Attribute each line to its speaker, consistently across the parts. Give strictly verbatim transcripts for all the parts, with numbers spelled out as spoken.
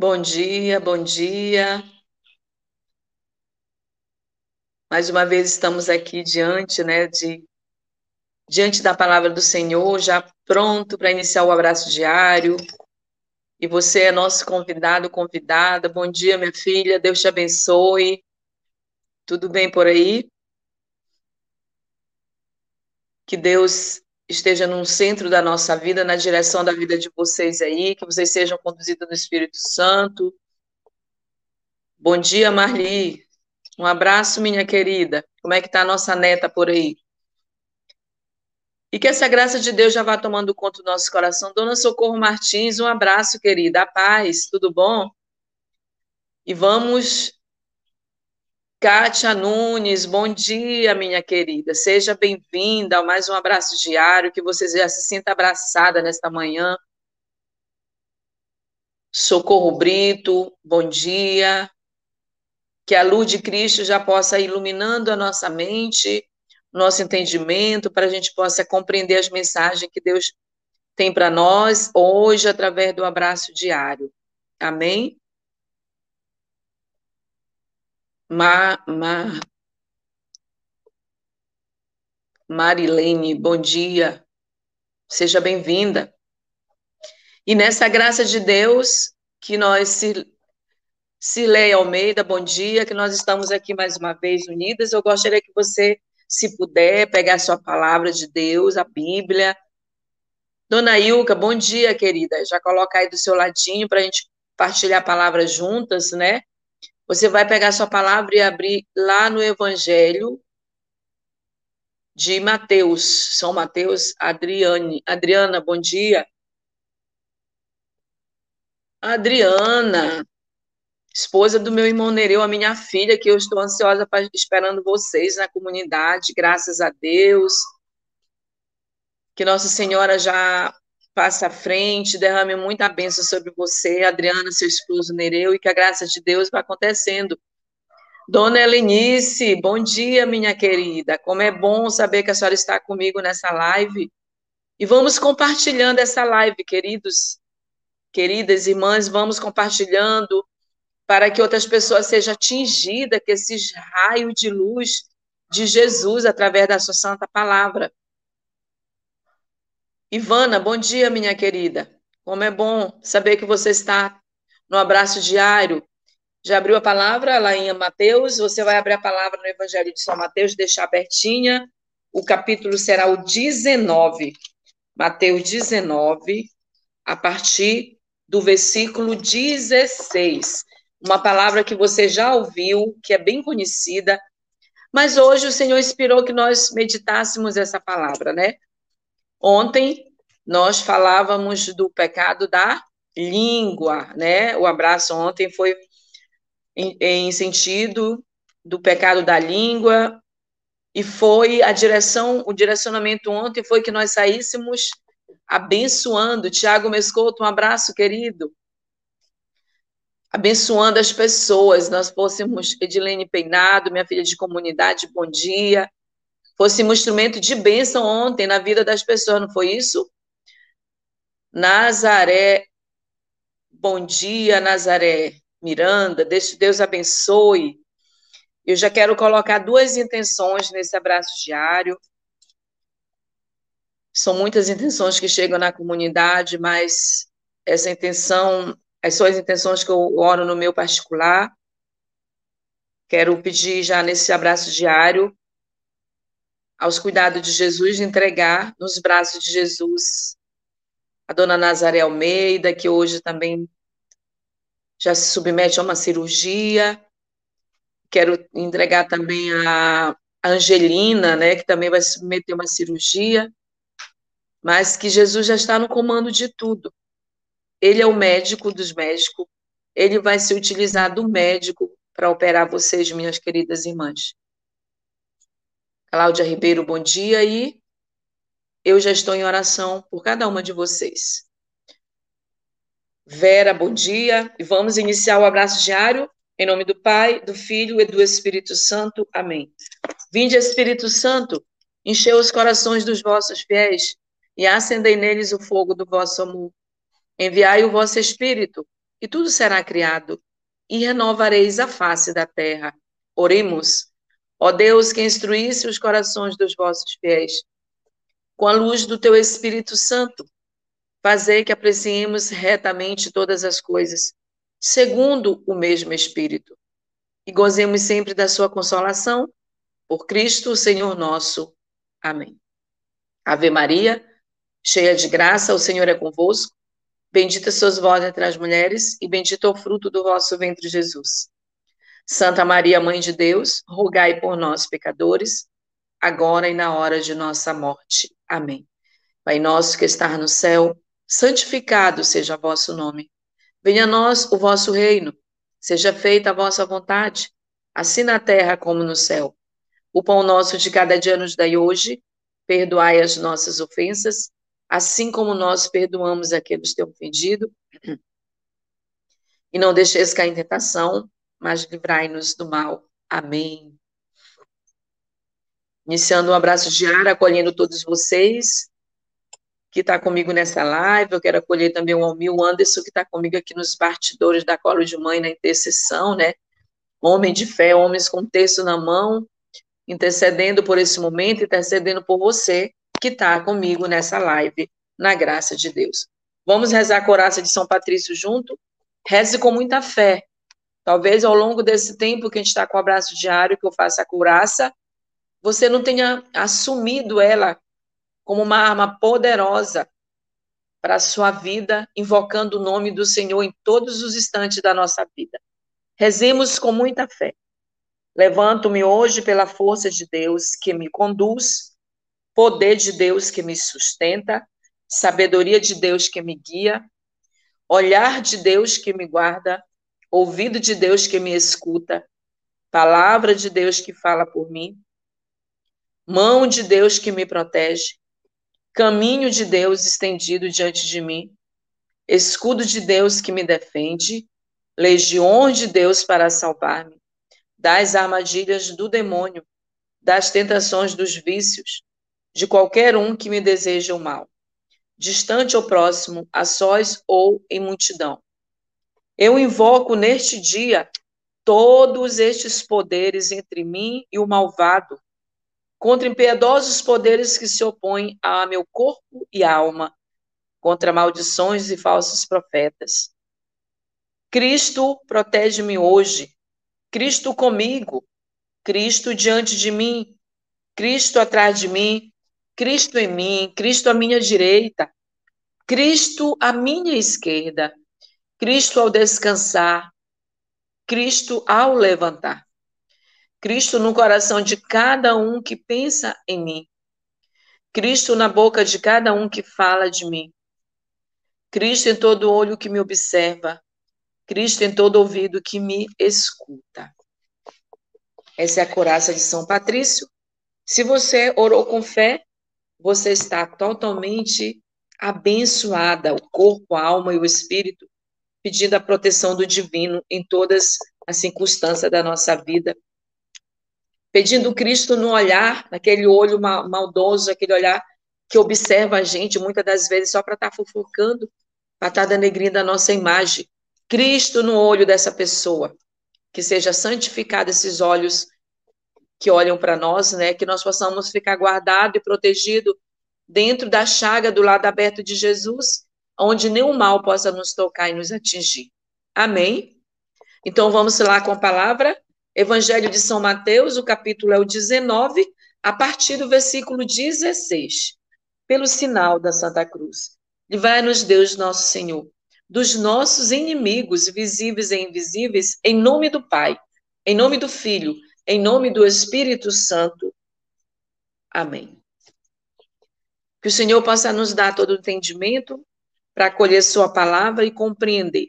Speaker 1: Bom dia, bom dia. Mais uma vez estamos aqui diante, né, de, diante da palavra do Senhor, já pronto para iniciar o abraço diário. E você é nosso convidado, convidada. Bom dia, minha filha. Deus te abençoe. Tudo bem por aí? Que Deus esteja no centro da nossa vida, na direção da vida de vocês aí, que vocês sejam conduzidos no Espírito Santo. Bom dia, Marli. Um abraço, minha querida. Como é que está a nossa neta por aí? E que essa graça de Deus já vá tomando conta do nosso coração. Dona Socorro Martins, um abraço, querida. A paz, tudo bom? E vamos, Kátia Nunes, bom dia, minha querida. Seja bem-vinda a mais um abraço diário, que você já se sinta abraçada nesta manhã. Socorro Brito, bom dia. Que a luz de Cristo já possa ir iluminando a nossa mente, nosso entendimento, para a gente possa compreender as mensagens que Deus tem para nós hoje através do abraço diário. Amém? Ma, Ma, Marilene, bom dia. Seja bem-vinda. E nessa graça de Deus, que nós, Cileia Almeida, bom dia, que nós estamos aqui mais uma vez unidas. Eu gostaria que você, se puder, pegar a sua palavra de Deus, a Bíblia. Dona Ilka, bom dia, querida. Já coloca aí do seu ladinho para a gente partilhar a palavra juntas, né? Você vai pegar a sua palavra e abrir lá no Evangelho de Mateus, São Mateus, Adriane. Adriana, bom dia. Adriana, esposa do meu irmão Nereu, a minha filha, que eu estou ansiosa pra, esperando vocês na comunidade, graças a Deus. Que Nossa Senhora já passe à frente, derrame muita bênção sobre você, Adriana, seu esposo Nereu, e que a graça de Deus vá acontecendo. Dona Helenice, bom dia, minha querida. Como é bom saber que a senhora está comigo nessa live. E vamos compartilhando essa live, queridos, queridas irmãs, vamos compartilhando para que outras pessoas sejam atingidas com esses raios de luz de Jesus através da sua santa palavra. Ivana, bom dia, minha querida. Como é bom saber que você está no abraço diário. Já abriu a palavra lá em Mateus? Você vai abrir a palavra no Evangelho de São Mateus, deixar abertinha. O capítulo será o dezenove. Mateus dezenove, a partir do versículo dezesseis. Uma palavra que você já ouviu, que é bem conhecida, mas hoje o Senhor inspirou que nós meditássemos essa palavra, né? Ontem nós falávamos do pecado da língua, né? O abraço ontem foi em, em sentido do pecado da língua, e foi a direção, o direcionamento ontem foi que nós saíssemos abençoando. Tiago Mescoto, um abraço, querido. Abençoando as pessoas, nós fôssemos, Edilene Peinado, minha filha de comunidade, bom dia, fôssemos instrumento de bênção ontem na vida das pessoas, não foi isso? Nazaré, bom dia, Nazaré Miranda, Deus abençoe. Eu já quero colocar duas intenções nesse abraço diário. São muitas intenções que chegam na comunidade, mas essa intenção, as suas intenções que eu oro no meu particular, quero pedir já nesse abraço diário aos cuidados de Jesus, de entregar nos braços de Jesus a dona Nazaré Almeida, que hoje também já se submete a uma cirurgia. Quero entregar também a Angelina, né, que também vai se submeter a uma cirurgia, mas que Jesus já está no comando de tudo. Ele é o médico dos médicos, ele vai se utilizar do médico para operar vocês, minhas queridas irmãs. Cláudia Ribeiro, bom dia, e eu já estou em oração por cada uma de vocês. Vera, bom dia, e vamos iniciar o abraço diário, em nome do Pai, do Filho e do Espírito Santo. Amém. Vinde, Espírito Santo, enchei os corações dos vossos fiéis e acendei neles o fogo do vosso amor. Enviai o vosso Espírito, e tudo será criado, e renovareis a face da terra. Oremos. Ó Deus, que instruísse os corações dos vossos fiéis, com a luz do teu Espírito Santo, fazei que apreciemos retamente todas as coisas, segundo o mesmo Espírito, e gozemos sempre da sua consolação, por Cristo, Senhor nosso. Amém. Ave Maria, cheia de graça, o Senhor é convosco. Bendita sois vós entre as mulheres, e bendito é o fruto do vosso ventre, Jesus. Santa Maria, Mãe de Deus, rogai por nós, pecadores, agora e na hora de nossa morte. Amém. Pai nosso que está no céu, santificado seja o vosso nome. Venha a nós o vosso reino. Seja feita a vossa vontade, assim na terra como no céu. O pão nosso de cada dia nos dai hoje. Perdoai as nossas ofensas, assim como nós perdoamos aqueles que têm ofendido. E não deixeis cair em tentação, mas livrai-nos do mal. Amém. Iniciando um abraço diário, acolhendo todos vocês que está comigo nessa live. Eu quero acolher também o Almir Anderson, que está comigo aqui nos bastidores da Colo de Mãe, na intercessão, né? Homem de fé, homens com texto na mão, intercedendo por esse momento, intercedendo por você que está comigo nessa live, na graça de Deus. Vamos rezar a coraça de São Patrício junto? Reze com muita fé. Talvez ao longo desse tempo que a gente está com o abraço diário, que eu faço a coraça, você não tenha assumido ela como uma arma poderosa para a sua vida, invocando o nome do Senhor em todos os instantes da nossa vida. Rezemos com muita fé. Levanto-me hoje pela força de Deus que me conduz, poder de Deus que me sustenta, sabedoria de Deus que me guia, olhar de Deus que me guarda, ouvido de Deus que me escuta, palavra de Deus que fala por mim, mão de Deus que me protege, caminho de Deus estendido diante de mim, escudo de Deus que me defende, legiões de Deus para salvar-me, das armadilhas do demônio, das tentações dos vícios, de qualquer um que me deseja o mal, distante ou próximo, a sós ou em multidão. Eu invoco neste dia todos estes poderes entre mim e o malvado, contra impiedosos poderes que se opõem a meu corpo e alma, contra maldições e falsos profetas. Cristo protege-me hoje, Cristo comigo, Cristo diante de mim, Cristo atrás de mim, Cristo em mim, Cristo à minha direita, Cristo à minha esquerda, Cristo ao descansar, Cristo ao levantar, Cristo no coração de cada um que pensa em mim, Cristo na boca de cada um que fala de mim, Cristo em todo olho que me observa, Cristo em todo ouvido que me escuta. Essa é a coraça de São Patrício. Se você orou com fé, você está totalmente abençoada, o corpo, a alma e o espírito, pedindo a proteção do divino em todas as circunstâncias da nossa vida. Pedindo Cristo no olhar, naquele olho maldoso, aquele olhar que observa a gente, muitas das vezes, só para estar tá fofocando, para estar tá denegrindo a nossa imagem. Cristo no olho dessa pessoa, que seja santificado esses olhos que olham para nós, né? Que nós possamos ficar guardado e protegido dentro da chaga do lado aberto de Jesus, onde nenhum mal possa nos tocar e nos atingir. Amém? Então vamos lá com a palavra. Evangelho de São Mateus, o capítulo é o dezenove, a partir do versículo dezesseis. Pelo sinal da Santa Cruz. Livrai-nos, Deus nosso Senhor, dos nossos inimigos, visíveis e invisíveis, em nome do Pai, em nome do Filho, em nome do Espírito Santo. Amém. Que o Senhor possa nos dar todo o entendimento para acolher sua palavra e compreender.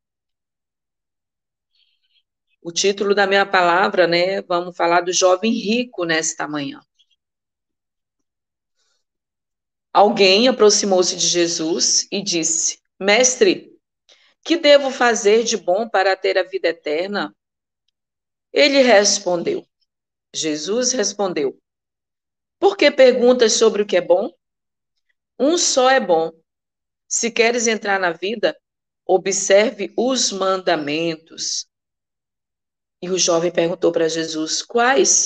Speaker 1: O título da minha palavra, né? Vamos falar do jovem rico nesta manhã. Alguém aproximou-se de Jesus e disse: Mestre, que devo fazer de bom para ter a vida eterna? Ele respondeu. Jesus respondeu: Por que perguntas sobre o que é bom? Um só é bom. Se queres entrar na vida, observe os mandamentos. E o jovem perguntou para Jesus: quais?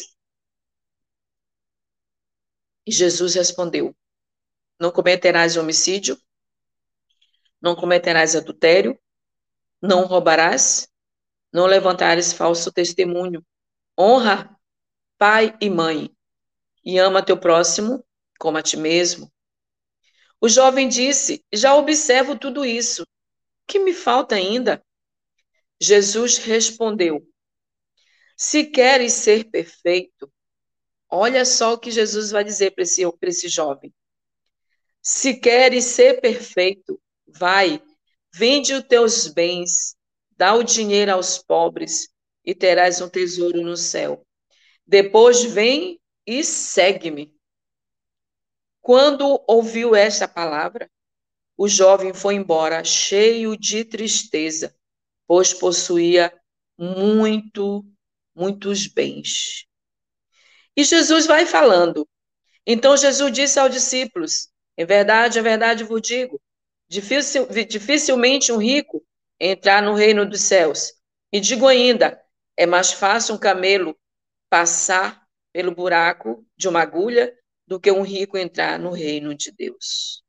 Speaker 1: E Jesus respondeu: não cometerás homicídio, não cometerás adultério, não roubarás, não levantares falso testemunho, honra pai e mãe, e ama teu próximo como a ti mesmo. O jovem disse: já observo tudo isso. O que me falta ainda? Jesus respondeu: se queres ser perfeito, olha só o que Jesus vai dizer para esse, para esse jovem. Se queres ser perfeito, vai, vende os teus bens, dá o dinheiro aos pobres e terás um tesouro no céu. Depois vem e segue-me. Quando ouviu esta palavra, o jovem foi embora cheio de tristeza, pois possuía muito, muitos bens. E Jesus vai falando. Então Jesus disse aos discípulos: em verdade, em verdade vos digo, difícil, dificilmente um rico entrar no reino dos céus. E digo ainda, é mais fácil um camelo passar pelo buraco de uma agulha do que um rico entrar no reino de Deus.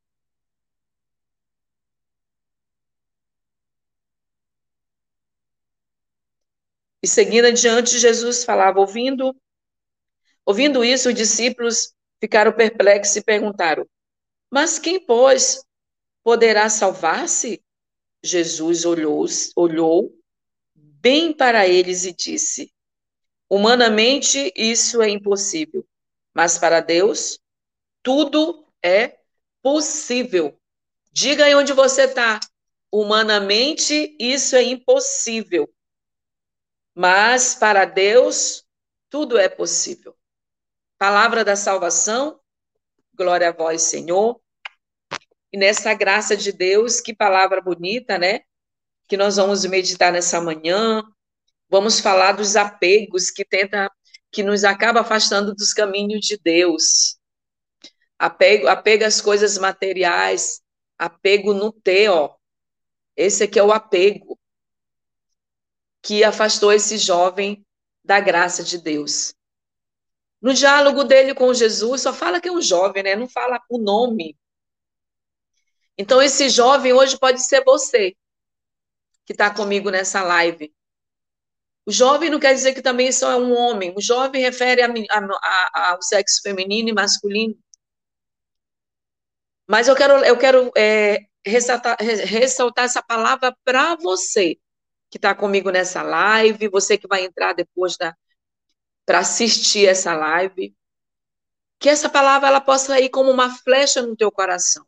Speaker 1: E seguindo adiante, Jesus falava, ouvindo, ouvindo isso, os discípulos ficaram perplexos e perguntaram: mas quem, pois, poderá salvar-se? Jesus olhou, olhou bem para eles e disse: humanamente isso é impossível, mas para Deus tudo é possível. Diga aí onde você está. Humanamente isso é impossível, mas para Deus tudo é possível. Palavra da salvação, glória a vós, Senhor. E nessa graça de Deus, que palavra bonita, né? Que nós vamos meditar nessa manhã. Vamos falar dos apegos que tenta, que nos acaba afastando dos caminhos de Deus. Apego, apego às coisas materiais, apego no ter, ó. Esse aqui é o apego que afastou esse jovem da graça de Deus. No diálogo dele com Jesus, só fala que é um jovem, né? Não fala o nome. Então, esse jovem hoje pode ser você, que está comigo nessa live. O jovem não quer dizer que também só é um homem. O jovem refere a, a, a, ao sexo feminino e masculino. Mas eu quero, eu quero é, ressaltar, ressaltar essa palavra para você, que está comigo nessa live, você que vai entrar depois para assistir essa live. Que essa palavra ela possa ir como uma flecha no teu coração.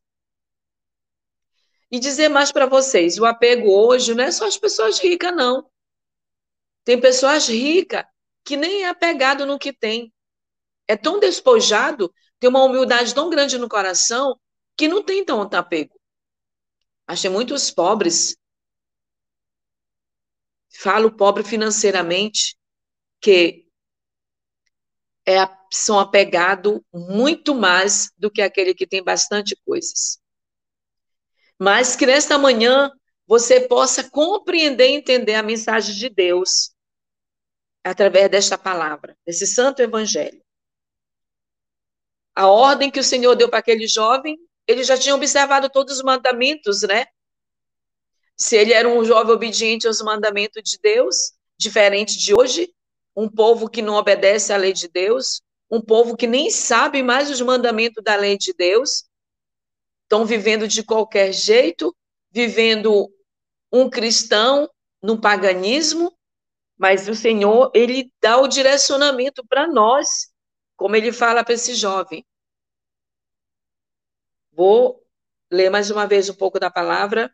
Speaker 1: E dizer mais para vocês, o apego hoje não é só as pessoas ricas, não. Tem pessoas ricas que nem é apegado no que tem. É tão despojado, tem uma humildade tão grande no coração, que não tem tanto apego. Mas tem muitos pobres, falo pobre financeiramente, que é, são apegados muito mais do que aquele que tem bastante coisas. Mas que nesta manhã você possa compreender e entender a mensagem de Deus através desta palavra, desse santo evangelho. A ordem que o Senhor deu para aquele jovem, ele já tinha observado todos os mandamentos, né? Se ele era um jovem obediente aos mandamentos de Deus, diferente de hoje, um povo que não obedece à lei de Deus, um povo que nem sabe mais os mandamentos da lei de Deus, estão vivendo de qualquer jeito, vivendo um cristão no paganismo, mas o Senhor, ele dá o direcionamento para nós, como ele fala para esse jovem. Vou ler mais uma vez um pouco da palavra.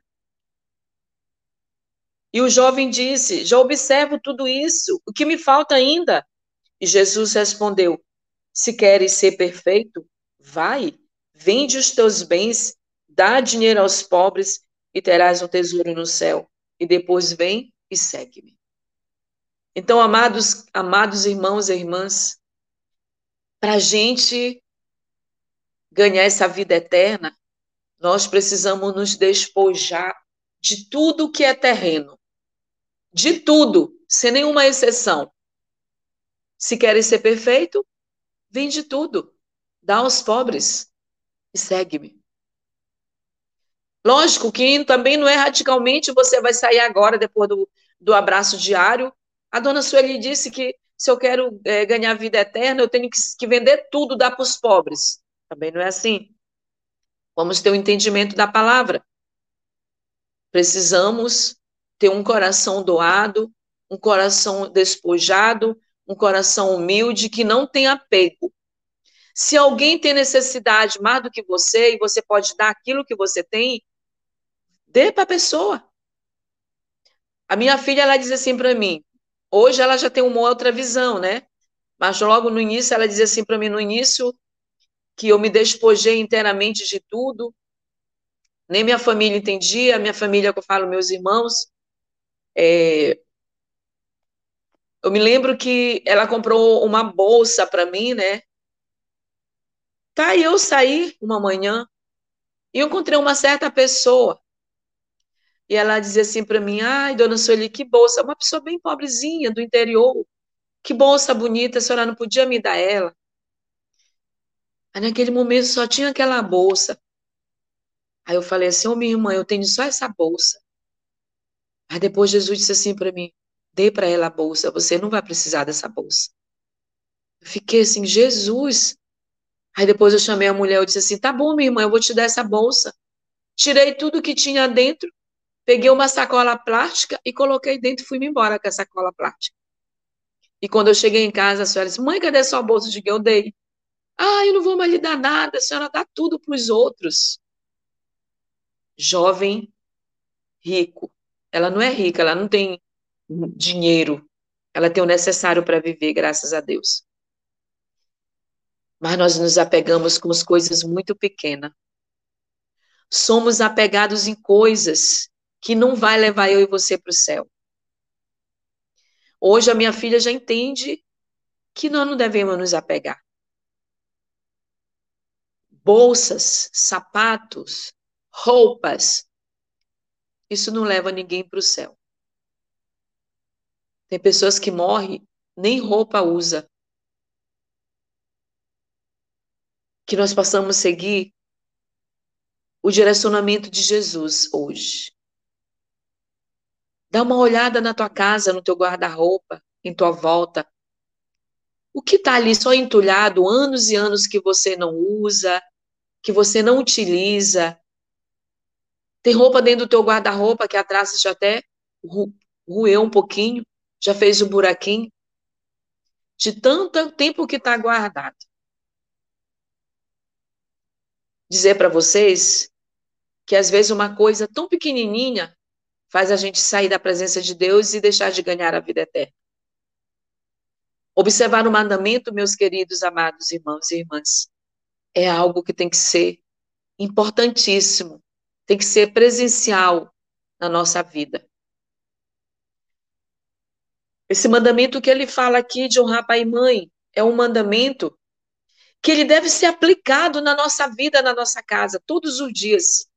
Speaker 1: E o jovem disse: já observo tudo isso, o que me falta ainda? E Jesus respondeu: se queres ser perfeito, vai, vende os teus bens, dá dinheiro aos pobres e terás um tesouro no céu. E depois vem e segue-me. Então, amados, amados irmãos e irmãs, para a gente ganhar essa vida eterna, nós precisamos nos despojar de tudo que é terreno. De tudo, sem nenhuma exceção. Se queres ser perfeito, vende tudo, dá aos pobres e segue-me. Lógico que também não é radicalmente você vai sair agora, depois do, do abraço diário. A dona Sueli disse que se eu quero é, ganhar vida eterna, eu tenho que, que vender tudo, dar para os pobres. Também não é assim. Vamos ter o um entendimento da palavra. Precisamos ter um coração doado, um coração despojado, um coração humilde, que não tem apego. Se alguém tem necessidade mais do que você, e você pode dar aquilo que você tem, dê para a pessoa. A minha filha, ela diz assim para mim, hoje ela já tem uma outra visão, né? Mas logo no início, ela dizia assim para mim, no início, que eu me despojei inteiramente de tudo, nem minha família entendia, minha família, que eu falo, meus irmãos, é... eu me lembro que ela comprou uma bolsa para mim, né? Tá, e eu saí uma manhã e eu encontrei uma certa pessoa. E ela dizia assim para mim, ai, dona Sueli, que bolsa, uma pessoa bem pobrezinha do interior, que bolsa bonita, a senhora não podia me dar ela? Aí naquele momento só tinha aquela bolsa. Aí eu falei assim, ô oh, minha irmã, eu tenho só essa bolsa. Aí depois Jesus disse assim para mim, dê para ela a bolsa, você não vai precisar dessa bolsa. Eu fiquei assim, Jesus. Aí depois eu chamei a mulher, eu disse assim, tá bom, minha irmã, eu vou te dar essa bolsa. Tirei tudo que tinha dentro, peguei uma sacola plástica e coloquei dentro e fui embora com a sacola plástica. E quando eu cheguei em casa, a senhora disse, mãe, cadê sua bolsa? Eu digo, eu dei. Ah, eu não vou mais lhe dar nada, a senhora dá tudo para os outros. Jovem, rico. Ela não é rica, ela não tem dinheiro. Ela tem o necessário para viver, graças a Deus. Mas nós nos apegamos com as coisas muito pequenas. Somos apegados em coisas que não vai levar eu e você para o céu. Hoje a minha filha já entende que nós não devemos nos apegar. Bolsas, sapatos, roupas, isso não leva ninguém para o céu. Tem pessoas que morrem, nem roupa usa. Que nós possamos seguir o direcionamento de Jesus hoje. Dá uma olhada na tua casa, no teu guarda-roupa, em tua volta. O que está ali só entulhado, anos e anos que você não usa, que você não utiliza. Tem roupa dentro do teu guarda-roupa que a traça já até roeu um pouquinho, já fez um buraquinho, de tanto tempo que está guardado. Dizer para vocês que às vezes uma coisa tão pequenininha faz a gente sair da presença de Deus e deixar de ganhar a vida eterna. Observar o mandamento, meus queridos, amados irmãos e irmãs, é algo que tem que ser importantíssimo, tem que ser presencial na nossa vida. Esse mandamento que ele fala aqui de honrar pai e mãe é um mandamento que ele deve ser aplicado na nossa vida, na nossa casa, todos os dias,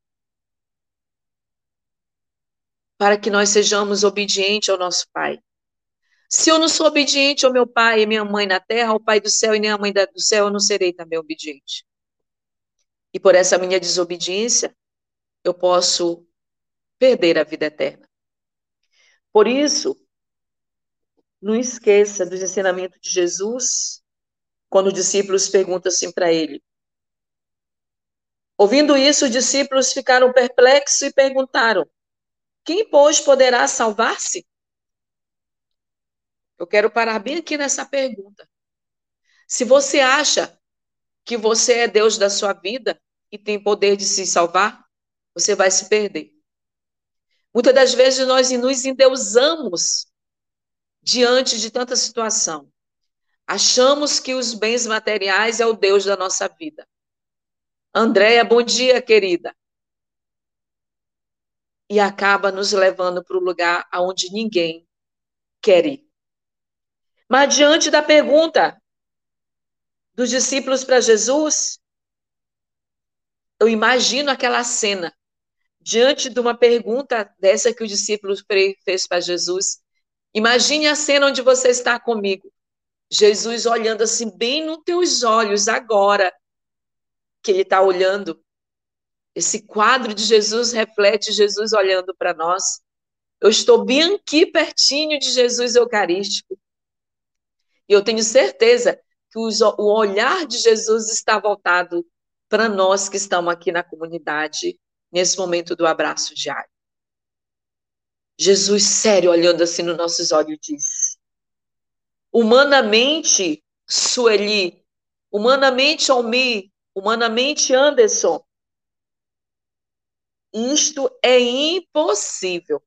Speaker 1: para que nós sejamos obedientes ao nosso pai. Se eu não sou obediente ao meu pai e minha mãe na terra, ao pai do céu e nem à mãe do céu, eu não serei também obediente. E por essa minha desobediência, eu posso perder a vida eterna. Por isso, não esqueça dos ensinamentos de Jesus, quando os discípulos perguntam assim para ele. Ouvindo isso, os discípulos ficaram perplexos e perguntaram, quem, pois, poderá salvar-se? Eu quero parar bem aqui nessa pergunta. Se você acha que você é Deus da sua vida e tem poder de se salvar, você vai se perder. Muitas das vezes nós nos endeusamos diante de tanta situação. Achamos que os bens materiais é o Deus da nossa vida. Andréia, bom dia, querida. E acaba nos levando para o lugar aonde ninguém quer ir. Mas diante da pergunta dos discípulos para Jesus, eu imagino aquela cena diante de uma pergunta dessa que o discípulo fez para Jesus. Imagine a cena onde você está comigo. Jesus olhando assim bem nos teus olhos agora, que ele está olhando. Esse quadro de Jesus reflete Jesus olhando para nós. Eu estou bem aqui pertinho de Jesus Eucarístico. E eu tenho certeza que os, o olhar de Jesus está voltado para nós que estamos aqui na comunidade, nesse momento do abraço diário. Jesus, sério, olhando assim nos nossos olhos, diz: humanamente, Sueli, humanamente, Almi, humanamente, Anderson, isto é impossível.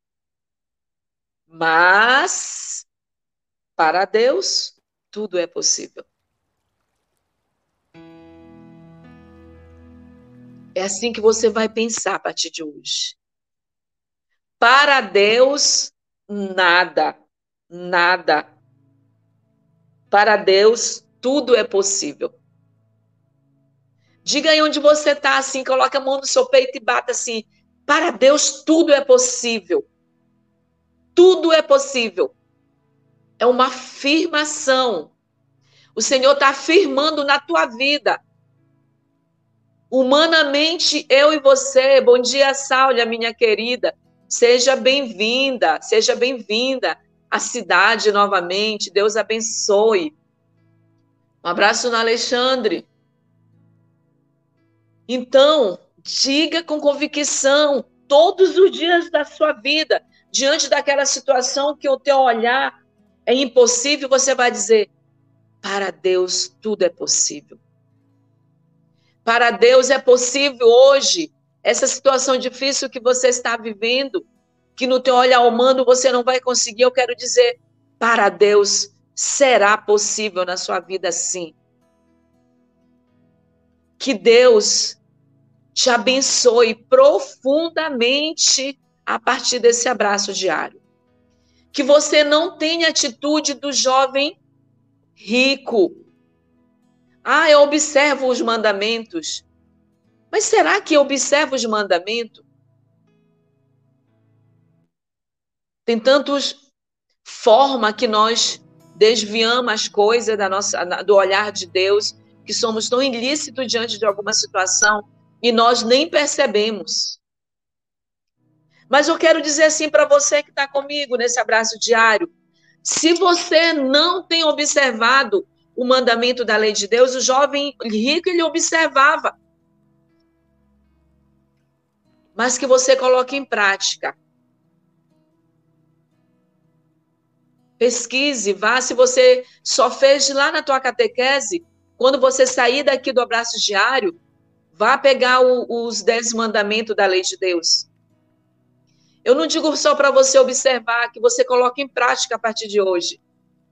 Speaker 1: Mas, para Deus, tudo é possível. É assim que você vai pensar a partir de hoje. Para Deus, nada, nada. Para Deus, tudo é possível. Diga aí onde você está, assim, coloca a mão no seu peito e bata assim. Para Deus, tudo é possível. Tudo é possível. É uma afirmação. O Senhor está afirmando na tua vida. Humanamente, eu e você, bom dia, Sáulia, minha querida, seja bem-vinda, seja bem-vinda à cidade novamente, Deus abençoe. Um abraço no Alexandre. Então, diga com convicção, todos os dias da sua vida, diante daquela situação que o teu olhar é impossível, você vai dizer, para Deus tudo é possível. Para Deus é possível hoje, essa situação difícil que você está vivendo, que no teu olhar humano você não vai conseguir, eu quero dizer, para Deus será possível na sua vida sim. Que Deus te abençoe profundamente a partir desse abraço diário. Que você não tenha atitude do jovem rico. Ah, eu observo os mandamentos. Mas será que eu observo os mandamentos? Tem tantas formas que nós desviamos as coisas da nossa, do olhar de Deus, que somos tão ilícitos diante de alguma situação e nós nem percebemos. Mas eu quero dizer assim para você que está comigo nesse abraço diário, se você não tem observado o mandamento da lei de Deus, o jovem rico, ele observava. Mas que você coloque em prática. Pesquise, vá, se você só fez lá na tua catequese, quando você sair daqui do abraço diário, vá pegar o, os dez mandamentos da lei de Deus. Eu não digo só para você observar, que você coloque em prática a partir de hoje.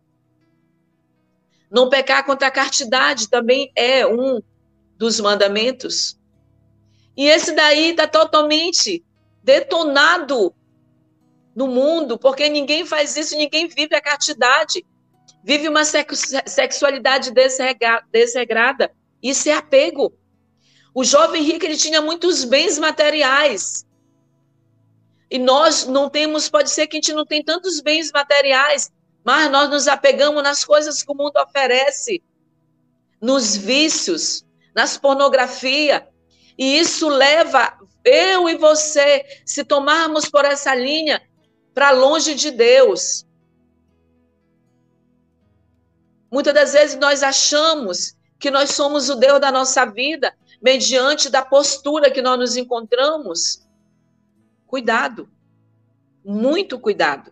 Speaker 1: Não pecar contra a castidade também é um dos mandamentos. E esse daí está totalmente detonado no mundo, porque ninguém faz isso, ninguém vive a castidade. Vive uma sexualidade desregrada. Isso é apego. O jovem rico, ele tinha muitos bens materiais. E nós não temos, pode ser que a gente não tem tantos bens materiais, mas nós nos apegamos nas coisas que o mundo oferece, nos vícios, nas pornografia. E isso leva eu e você, se tomarmos por essa linha, para longe de Deus. Muitas das vezes nós achamos que nós somos o Deus da nossa vida, mediante da postura que nós nos encontramos. Cuidado, muito cuidado.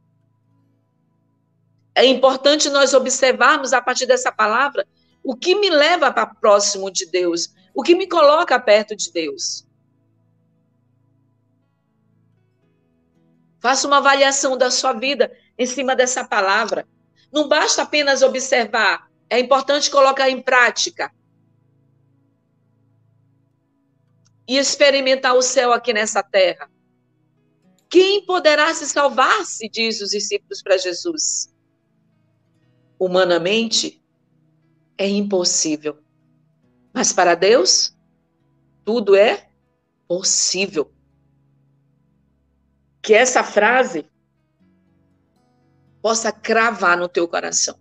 Speaker 1: É importante nós observarmos, a partir dessa palavra, o que me leva para próximo de Deus, o que me coloca perto de Deus. Faça uma avaliação da sua vida em cima dessa palavra. Não basta apenas observar, é importante colocar em prática. E experimentar o céu aqui nessa terra. Quem poderá se salvar, se diz os discípulos para Jesus? Humanamente, é impossível. Mas para Deus, tudo é possível. Que essa frase possa cravar no teu coração.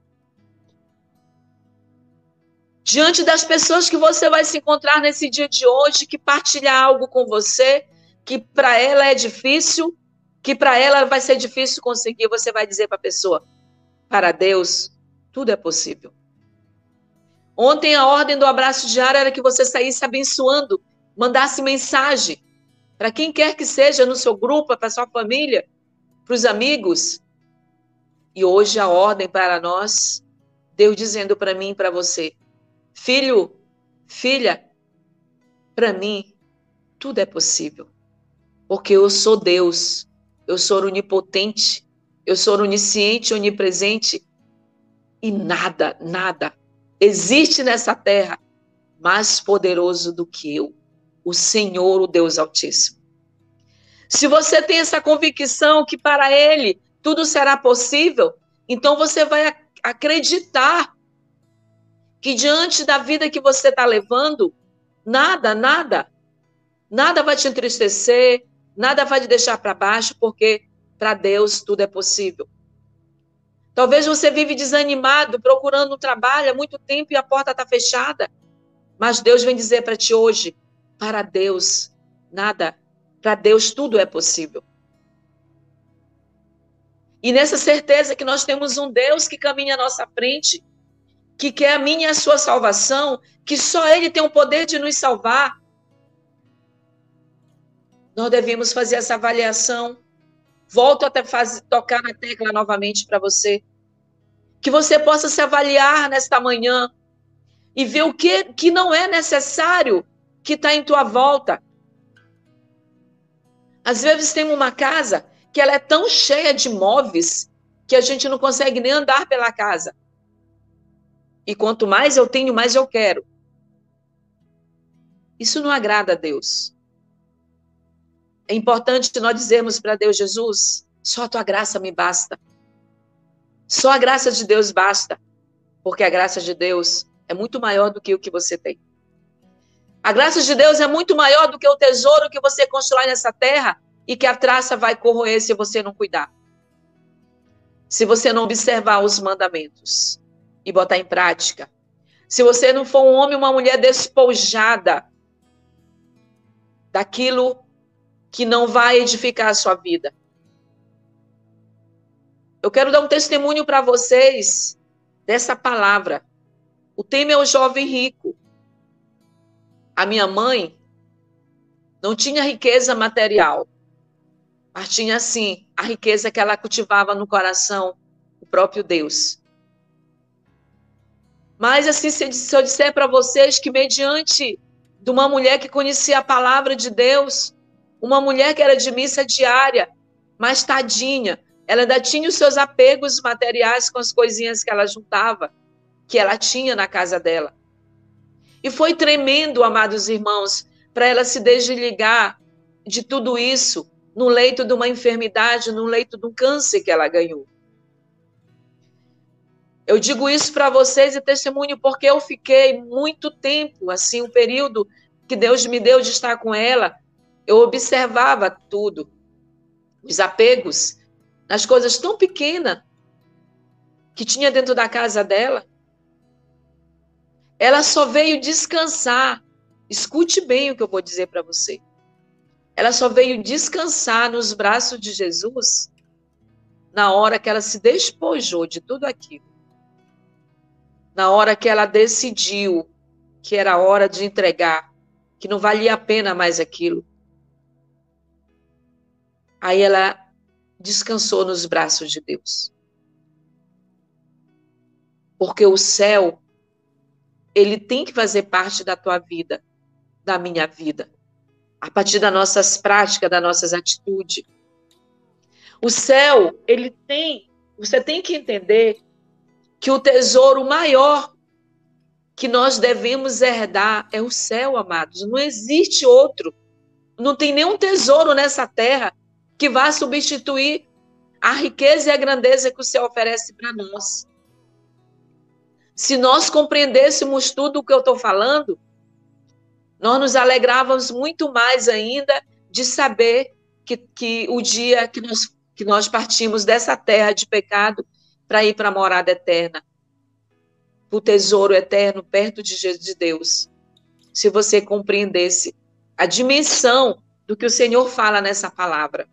Speaker 1: Diante das pessoas que você vai se encontrar nesse dia de hoje, que partilhar algo com você, que para ela é difícil, que para ela vai ser difícil conseguir, você vai dizer para a pessoa, para Deus, tudo é possível. Ontem a ordem do abraço diário era que você saísse abençoando, mandasse mensagem para quem quer que seja no seu grupo, para sua família, para os amigos. E hoje a ordem para nós, Deus dizendo para mim e para você, filho, filha, para mim tudo é possível, porque eu sou Deus, eu sou onipotente, eu sou onisciente, onipresente, e nada, nada existe nessa terra mais poderoso do que eu, o Senhor, o Deus Altíssimo. Se você tem essa convicção que para Ele tudo será possível, então você vai acreditar que diante da vida que você está levando, nada, nada, nada vai te entristecer, nada vai te deixar para baixo, porque para Deus tudo é possível. Talvez você vive desanimado, procurando um trabalho há muito tempo e a porta está fechada. Mas Deus vem dizer para ti hoje, para Deus, nada, para Deus tudo é possível. E nessa certeza que nós temos um Deus que caminha à nossa frente, que quer a minha e a sua salvação, que só Ele tem o poder de nos salvar, nós devemos fazer essa avaliação. Volto até fazer, tocar na tecla novamente para você. Que você possa se avaliar nesta manhã e ver o que, que não é necessário que está em tua volta. Às vezes tem uma casa que ela é tão cheia de móveis que a gente não consegue nem andar pela casa. E quanto mais eu tenho, mais eu quero. Isso não agrada a Deus. É importante nós dizermos para Deus, Jesus, só a tua graça me basta. Só a graça de Deus basta. Porque a graça de Deus é muito maior do que o que você tem. A graça de Deus é muito maior do que o tesouro que você constrói nessa terra e que a traça vai corroer se você não cuidar. Se você não observar os mandamentos e botar em prática. Se você não for um homem ou uma mulher despojada daquilo que não vai edificar a sua vida. Eu quero dar um testemunho para vocês dessa palavra. O tema é o jovem rico. A minha mãe não tinha riqueza material, mas tinha, sim, a riqueza que ela cultivava no coração, o próprio Deus. Mas, assim, se eu disser para vocês que, mediante de uma mulher que conhecia a palavra de Deus, uma mulher que era de missa diária, mas tadinha, ela ainda tinha os seus apegos materiais com as coisinhas que ela juntava, que ela tinha na casa dela. E foi tremendo, amados irmãos, para ela se desligar de tudo isso no leito de uma enfermidade, no leito de um câncer que ela ganhou. Eu digo isso para vocês e testemunho porque eu fiquei muito tempo, assim, um período que Deus me deu de estar com ela, eu observava tudo, os apegos, nas coisas tão pequenas que tinha dentro da casa dela. Ela só veio descansar. Escute bem o que eu vou dizer para você. Ela só veio descansar nos braços de Jesus na hora que ela se despojou de tudo aquilo. Na hora que ela decidiu que era hora de entregar, que não valia a pena mais aquilo. Aí ela descansou nos braços de Deus. Porque o céu, ele tem que fazer parte da tua vida, da minha vida, a partir das nossas práticas, das nossas atitudes. O céu, ele tem, você tem que entender que o tesouro maior que nós devemos herdar é o céu, amados. Não existe outro. Não tem nenhum tesouro nessa terra que vá substituir a riqueza e a grandeza que o céu oferece para nós. Se nós compreendêssemos tudo o que eu estou falando, nós nos alegrávamos muito mais ainda de saber que, que o dia que nós, que nós partimos dessa terra de pecado para ir para a morada eterna, o tesouro eterno perto de, de Deus. Se você compreendesse a dimensão do que o Senhor fala nessa palavra.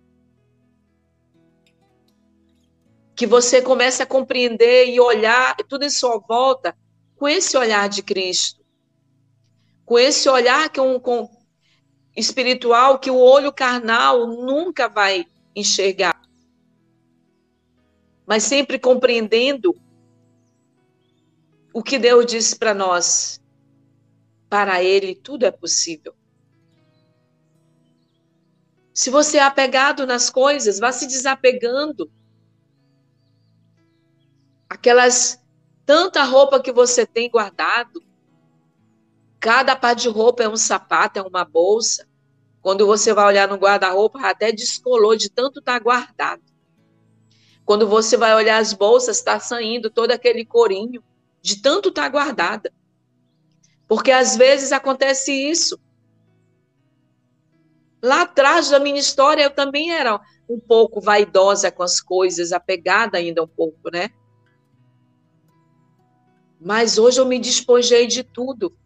Speaker 1: Que você comece a compreender e olhar tudo em sua volta com esse olhar de Cristo. Com esse olhar que um, com, espiritual que o olho carnal nunca vai enxergar. Mas sempre compreendendo o que Deus disse para nós. Para Ele tudo é possível. Se você é apegado nas coisas, vá se desapegando. Aquelas tanta roupa que você tem guardado. Cada par de roupa é um sapato, é uma bolsa. Quando você vai olhar no guarda-roupa, até descolou de tanto estar guardado. Quando você vai olhar as bolsas, está saindo todo aquele corinho de tanto estar guardada. Porque às vezes acontece isso. Lá atrás da minha história, eu também era um pouco vaidosa com as coisas, apegada ainda um pouco, né? Mas hoje eu me despojei de tudo.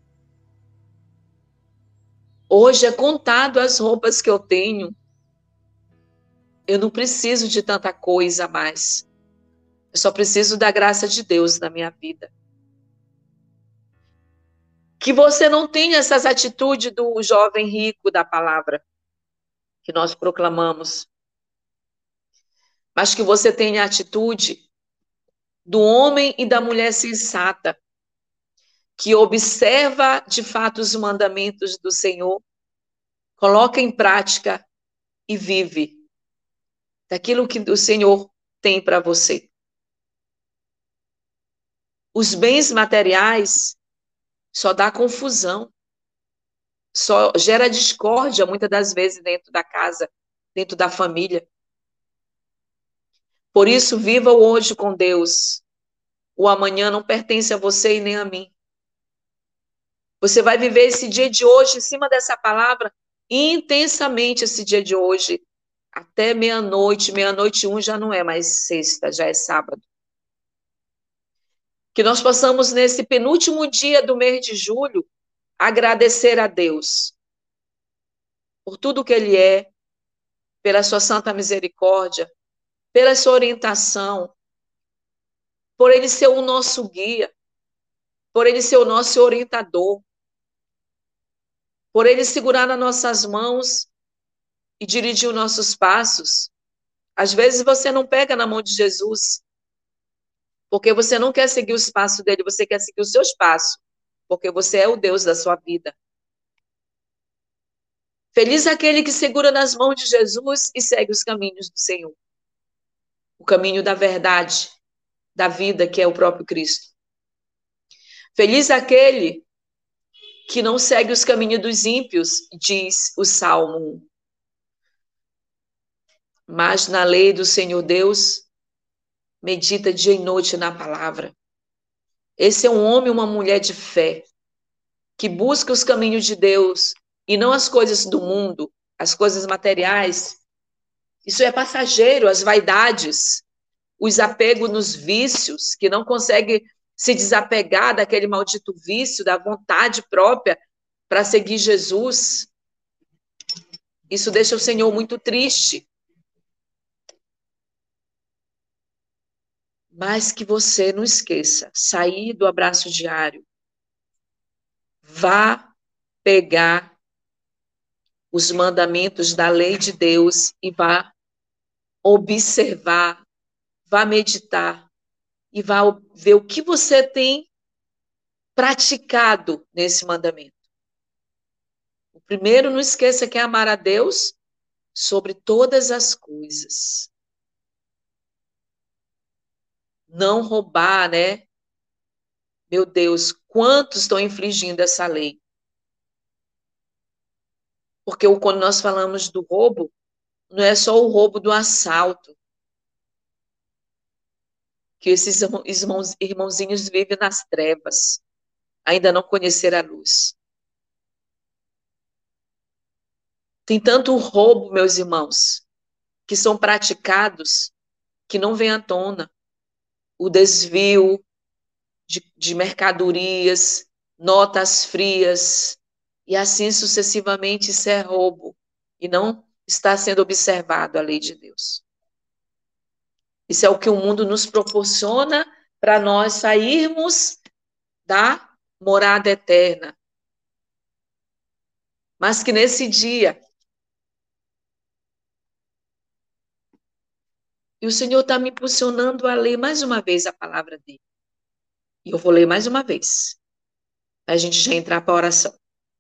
Speaker 1: Hoje é contado as roupas que eu tenho. Eu não preciso de tanta coisa mais. Eu só preciso da graça de Deus na minha vida. Que você não tenha essas atitudes do jovem rico da palavra que nós proclamamos. Mas que você tenha a atitude do homem e da mulher sensata, que observa de fato os mandamentos do Senhor, coloca em prática e vive daquilo que o Senhor tem para você. Os bens materiais só dá confusão, só gera discórdia muitas das vezes dentro da casa, dentro da família. Por isso, viva o hoje com Deus. O amanhã não pertence a você e nem a mim. Você vai viver esse dia de hoje em cima dessa palavra intensamente, esse dia de hoje, até meia-noite. Meia-noite um já não é mais sexta, já é sábado. Que nós possamos, nesse penúltimo dia do mês de julho, agradecer a Deus por tudo que Ele é, pela sua santa misericórdia, pela sua orientação, por Ele ser o nosso guia, por Ele ser o nosso orientador, por Ele segurar nas nossas mãos e dirigir os nossos passos. Às vezes você não pega na mão de Jesus, porque você não quer seguir os passos dele, você quer seguir os seus passos, porque você é o Deus da sua vida. Feliz aquele que segura nas mãos de Jesus e segue os caminhos do Senhor. O caminho da verdade, da vida, que é o próprio Cristo. Feliz aquele que não segue os caminhos dos ímpios, diz o Salmo um. Mas na lei do Senhor Deus, medita dia e noite na palavra. Esse é um homem, uma mulher de fé, que busca os caminhos de Deus e não as coisas do mundo, as coisas materiais. Isso é passageiro, as vaidades, os apegos nos vícios, que não consegue se desapegar daquele maldito vício, da vontade própria para seguir Jesus. Isso deixa o Senhor muito triste. Mas que você não esqueça, sair do abraço diário. Vá pegar os mandamentos da lei de Deus e vá observar, vá meditar e vá ver o que você tem praticado nesse mandamento. O primeiro, não esqueça que é amar a Deus sobre todas as coisas. Não roubar, né? Meu Deus, quantos estão infringindo essa lei? Porque quando nós falamos do roubo, não é só o roubo do assalto, que esses irmãos, irmãozinhos vivem nas trevas, ainda não conheceram a luz. Tem tanto roubo, meus irmãos, que são praticados que não vem à tona. O desvio de, de mercadorias, notas frias, e assim sucessivamente isso é roubo. E não está sendo observado a lei de Deus. Isso é o que o mundo nos proporciona para nós sairmos da morada eterna. Mas que nesse dia, e o Senhor está me impulsionando a ler mais uma vez a palavra dele. E eu vou ler mais uma vez, para a gente já entrar para a oração.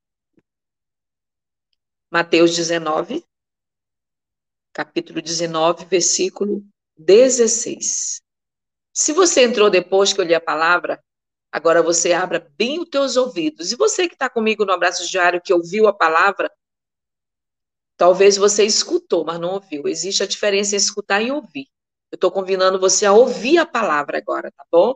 Speaker 1: Mateus dezenove, capítulo dezenove, versículo dezesseis. Se você entrou depois que eu li a palavra, agora você abra bem os teus ouvidos. E você que está comigo no Abraço Diário, que ouviu a palavra, talvez você escutou, mas não ouviu. Existe a diferença em escutar e ouvir. Eu estou convidando você a ouvir a palavra agora, tá bom?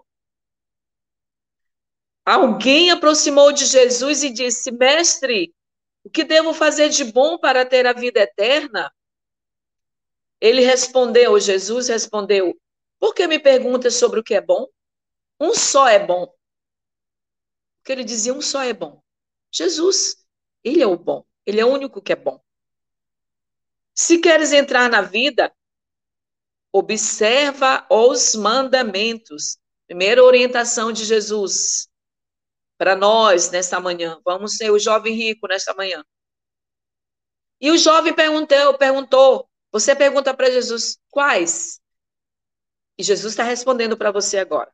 Speaker 1: Alguém aproximou de Jesus e disse: Mestre, o que devo fazer de bom para ter a vida eterna? Ele respondeu, Jesus respondeu: Por que me perguntas sobre o que é bom? Um só é bom. Porque ele dizia: um só é bom. Jesus, ele é o bom. Ele é o único que é bom. Se queres entrar na vida, observa os mandamentos. Primeira orientação de Jesus para nós nesta manhã. Vamos ser o jovem rico nesta manhã. E o jovem perguntou, perguntou, você pergunta para Jesus, quais? E Jesus está respondendo para você agora.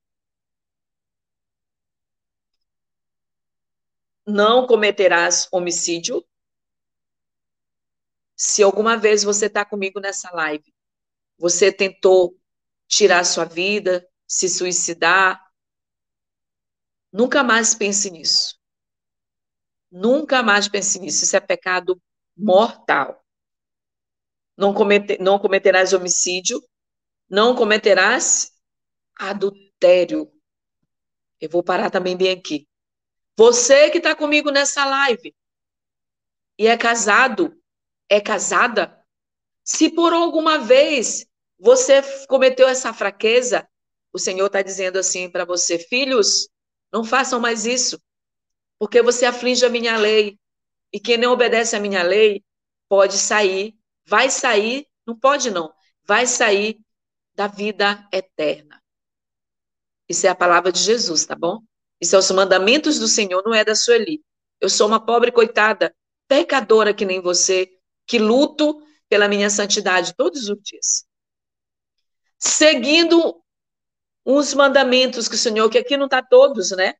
Speaker 1: Não cometerás homicídio. Se alguma vez você está comigo nessa live, você tentou tirar sua vida, se suicidar, nunca mais pense nisso. Nunca mais pense nisso. Isso é pecado mortal. Não, comete, não cometerás homicídio, não cometerás adultério. Eu vou parar também bem aqui. Você que está comigo nessa live e é casado, é casada, se por alguma vez você cometeu essa fraqueza, o Senhor está dizendo assim para você, filhos, não façam mais isso, porque você aflige a minha lei, e quem não obedece a minha lei pode sair, vai sair, não pode não, vai sair da vida eterna. Isso é a palavra de Jesus, tá bom? Isso são os mandamentos do Senhor, não é da Sueli. Eu sou uma pobre coitada, pecadora que nem você, que luto pela minha santidade todos os dias. Seguindo os mandamentos que o Senhor, que aqui não está todos, né?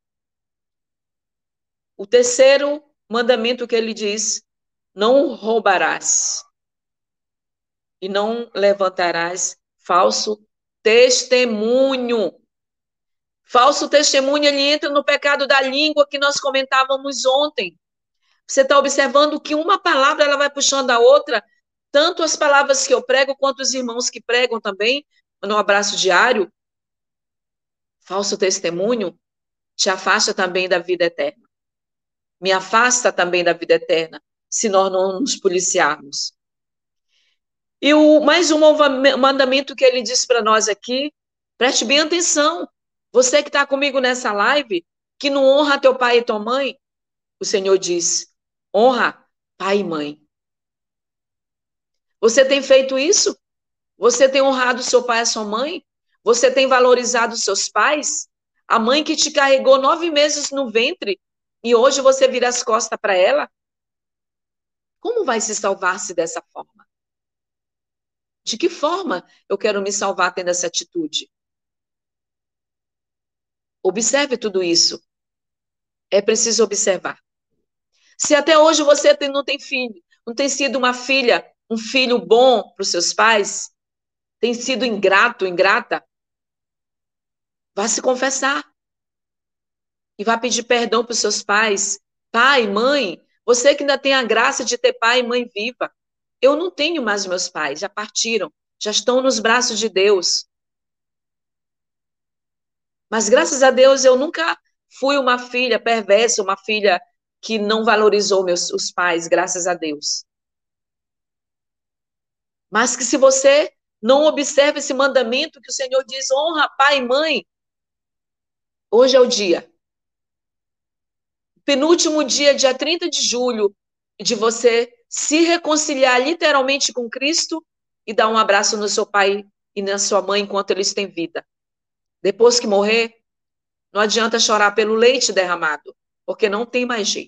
Speaker 1: O terceiro mandamento que ele diz, não roubarás e não levantarás falso testemunho. Falso testemunho, ele entra no pecado da língua que nós comentávamos ontem. Você está observando que uma palavra ela vai puxando a outra, tanto as palavras que eu prego, quanto os irmãos que pregam também, no abraço diário. Falso testemunho te afasta também da vida eterna. Me afasta também da vida eterna, se nós não nos policiarmos. E o, mais um mandamento que ele diz para nós aqui, preste bem atenção. Você que está comigo nessa live, que não honra teu pai e tua mãe, o Senhor diz, honra pai e mãe. Você tem feito isso? Você tem honrado seu pai e sua mãe? Você tem valorizado seus pais? A mãe que te carregou nove meses no ventre e hoje você vira as costas para ela? Como vai se salvar-se dessa forma? De que forma eu quero me salvar tendo essa atitude? Observe tudo isso. É preciso observar. Se até hoje você tem, não tem filho, não tem sido uma filha, um filho bom para os seus pais, tem sido ingrato, ingrata, vá se confessar. E vá pedir perdão para os seus pais. Pai, mãe, você que ainda tem a graça de ter pai e mãe viva. Eu não tenho mais meus pais, já partiram, já estão nos braços de Deus. Mas graças a Deus eu nunca fui uma filha perversa, uma filha que não valorizou meus os pais, graças a Deus. Mas que se você não observa esse mandamento que o Senhor diz, honra pai e mãe, hoje é o dia. Penúltimo dia, dia trinta de julho, de você se reconciliar literalmente com Cristo e dar um abraço no seu pai e na sua mãe enquanto eles têm vida. Depois que morrer, não adianta chorar pelo leite derramado, porque não tem mais jeito.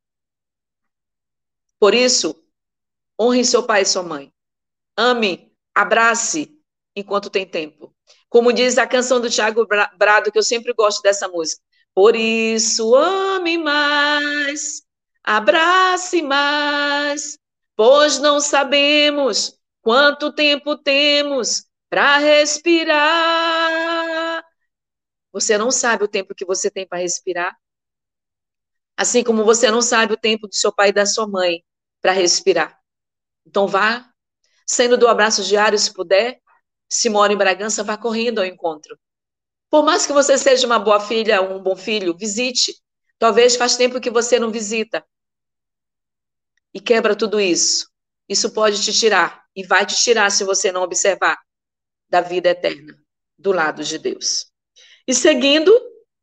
Speaker 1: Por isso, honre seu pai e sua mãe. Ame, abrace enquanto tem tempo. Como diz a canção do Thiago Brado, que eu sempre gosto dessa música. Por isso, ame mais, abrace mais, pois não sabemos quanto tempo temos para respirar. Você não sabe o tempo que você tem para respirar? Assim como você não sabe o tempo do seu pai e da sua mãe para respirar. Então vá, saindo do abraço diário, se puder. Se mora em Bragança, vá correndo ao encontro. Por mais que você seja uma boa filha, um bom filho, visite. Talvez faz tempo que você não visita. E quebra tudo isso. Isso pode te tirar, e vai te tirar se você não observar, da vida eterna, do lado de Deus. E seguindo,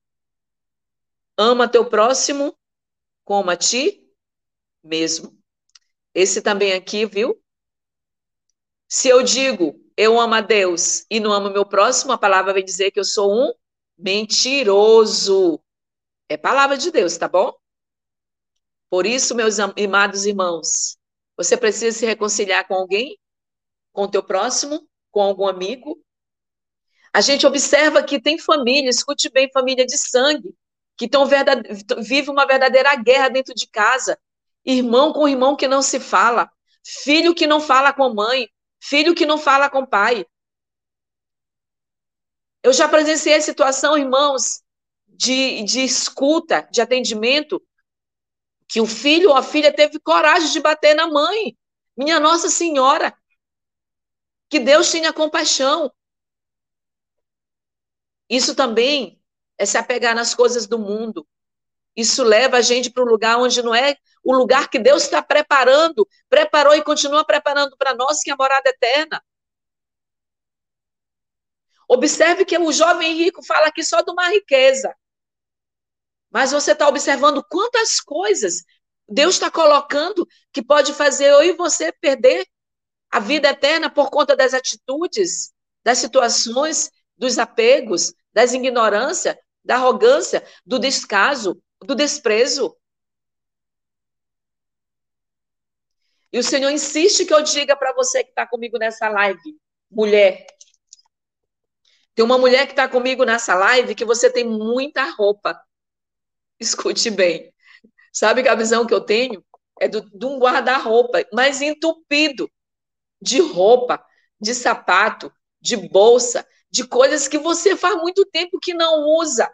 Speaker 1: ama teu próximo como a ti mesmo. Esse também aqui, viu? Se eu digo, eu amo a Deus e não amo meu próximo, a palavra vem dizer que eu sou um mentiroso. É palavra de Deus, tá bom? Por isso, meus amados irmãos, você precisa se reconciliar com alguém, com o teu próximo, com algum amigo. A gente observa que tem família, escute bem, família de sangue, que tão verdade... vive uma verdadeira guerra dentro de casa. Irmão com irmão que não se fala, filho que não fala com mãe, filho que não fala com pai. Eu já presenciei situação, irmãos, de, de escuta, de atendimento, que o filho ou a filha teve coragem de bater na mãe. Minha Nossa Senhora, que Deus tenha compaixão. Isso também é se apegar nas coisas do mundo. Isso leva a gente para um lugar onde não é o lugar que Deus está preparando, preparou e continua preparando para nós, que é a morada eterna. Observe que o jovem rico fala aqui só de uma riqueza. Mas você está observando quantas coisas Deus está colocando que pode fazer eu e você perder a vida eterna por conta das atitudes, das situações, dos apegos, das ignorâncias, da arrogância, do descaso, do desprezo. E o Senhor insiste que eu diga para você que está comigo nessa live, mulher. Tem uma mulher que está comigo nessa live que você tem muita roupa. Escute bem. Sabe que a visão que eu tenho é do, de um guarda-roupa, mas entupido de roupa, de sapato, de bolsa, de coisas que você faz muito tempo que não usa.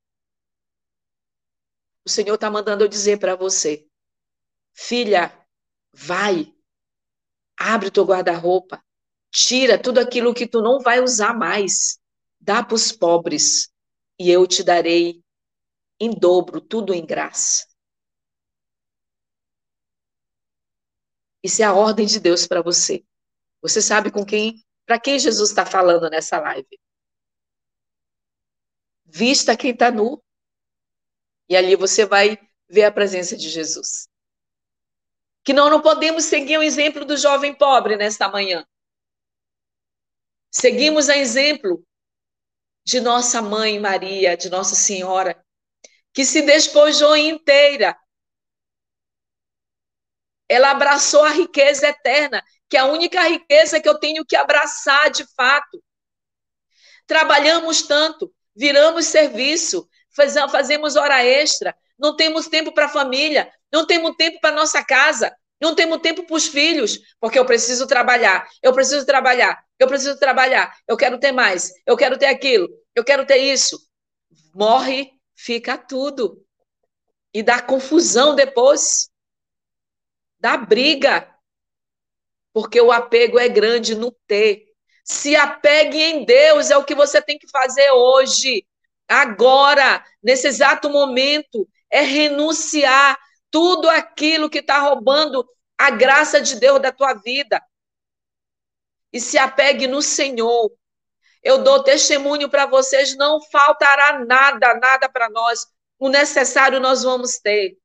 Speaker 1: O Senhor está mandando eu dizer para você, filha, vai, abre o teu guarda-roupa, tira tudo aquilo que tu não vai usar mais, dá para os pobres, e eu te darei em dobro, tudo em graça. Isso é a ordem de Deus para você. Você sabe com quem, para quem Jesus está falando nessa live. Vista quem está nu. E ali você vai ver a presença de Jesus. Que nós não podemos seguir o exemplo do jovem pobre nesta manhã. Seguimos a exemplo de nossa mãe Maria, de Nossa Senhora, que se despojou inteira. Ela abraçou a riqueza eterna, que é a única riqueza que eu tenho que abraçar de fato. Trabalhamos tanto, viramos serviço, fazemos hora extra, não temos tempo para a família, não temos tempo para nossa casa, não temos tempo para os filhos, porque eu preciso trabalhar, eu preciso trabalhar, eu preciso trabalhar, eu quero ter mais, eu quero ter aquilo, eu quero ter isso. Morre, fica tudo. E dá confusão depois. Dá briga. Porque o apego é grande no ter. Se apegue em Deus, é o que você tem que fazer hoje, agora, nesse exato momento, é renunciar tudo aquilo que está roubando a graça de Deus da tua vida. e se apegue no Senhor. Eu dou testemunho para vocês, não faltará nada, nada para nós. O necessário nós vamos ter.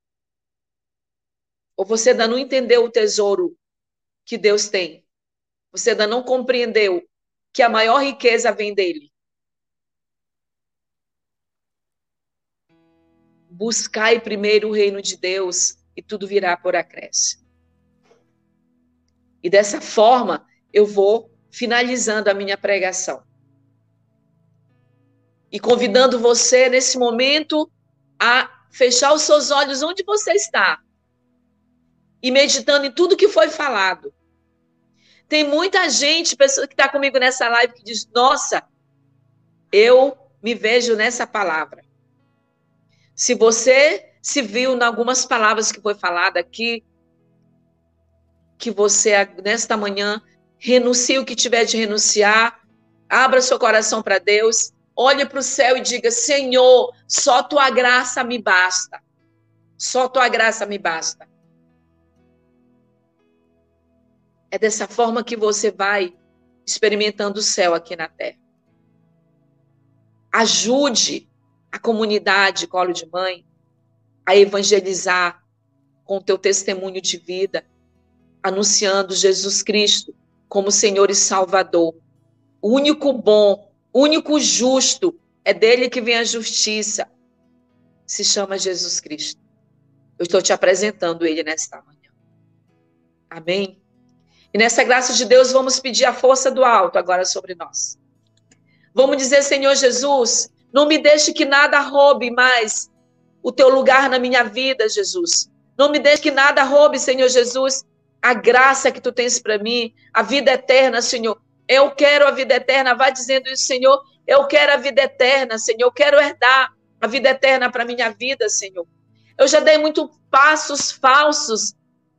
Speaker 1: Ou você ainda não entendeu o tesouro que Deus tem. Você ainda não compreendeu que a maior riqueza vem dele. Buscai primeiro o reino de Deus e tudo virá por acréscimo. E dessa forma, eu vou finalizando a minha pregação. E convidando você, nesse momento, a fechar os seus olhos onde você está. E meditando em tudo que foi falado. Tem muita gente, pessoa que está comigo nessa live, que diz, nossa, eu me vejo nessa palavra. Se você se viu em algumas palavras que foi falada aqui, que você, nesta manhã, renuncie o que tiver de renunciar, abra seu coração para Deus, olhe para o céu e diga, Senhor, só tua graça me basta. Só tua graça me basta. É dessa forma que você vai experimentando o céu aqui na terra. Ajude a comunidade Colo de Mãe a evangelizar com o teu testemunho de vida, anunciando Jesus Cristo como Senhor e Salvador. O único bom, o único justo, é dele que vem a justiça. Se chama Jesus Cristo. Eu estou te apresentando ele nesta manhã. Amém? E nessa graça de Deus, vamos pedir a força do alto agora sobre nós. Vamos dizer, Senhor Jesus, não me deixe que nada roube mais o teu lugar na minha vida, Jesus. Não me deixe que nada roube, Senhor Jesus, a graça que tu tens para mim, a vida eterna, Senhor. Eu quero a vida eterna. Vai dizendo isso, Senhor. Eu quero a vida eterna, Senhor. Eu quero herdar a vida eterna para minha vida, Senhor. Eu já dei muitos passos falsos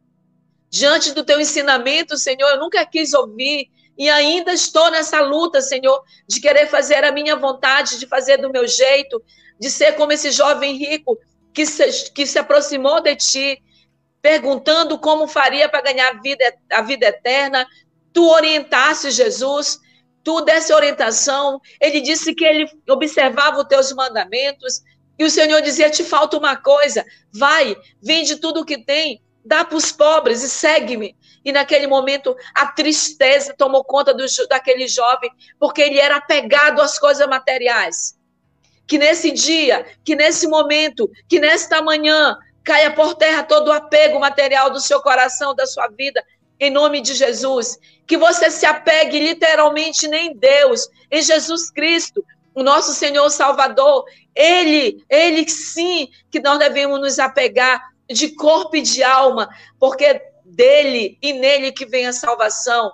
Speaker 1: diante do teu ensinamento, Senhor. Eu nunca quis ouvir e ainda estou nessa luta, Senhor, de querer fazer a minha vontade, de fazer do meu jeito, de ser como esse jovem rico que se, que se aproximou de ti, perguntando como faria para ganhar a vida, a vida eterna. Tu orientaste Jesus, tu desse orientação. Ele disse que ele observava os teus mandamentos e o Senhor dizia, te falta uma coisa, vai, vende tudo o que tem, dá para os pobres e segue-me. E naquele momento a tristeza tomou conta do, daquele jovem, porque ele era apegado às coisas materiais. Que nesse dia, que nesse momento, que nesta manhã, caia por terra todo o apego material do seu coração, da sua vida, em nome de Jesus. Que você se apegue literalmente em Deus, em Jesus Cristo, o nosso Senhor Salvador. Ele, ele sim, que nós devemos nos apegar de corpo e de alma, porque dele e nele que vem a salvação.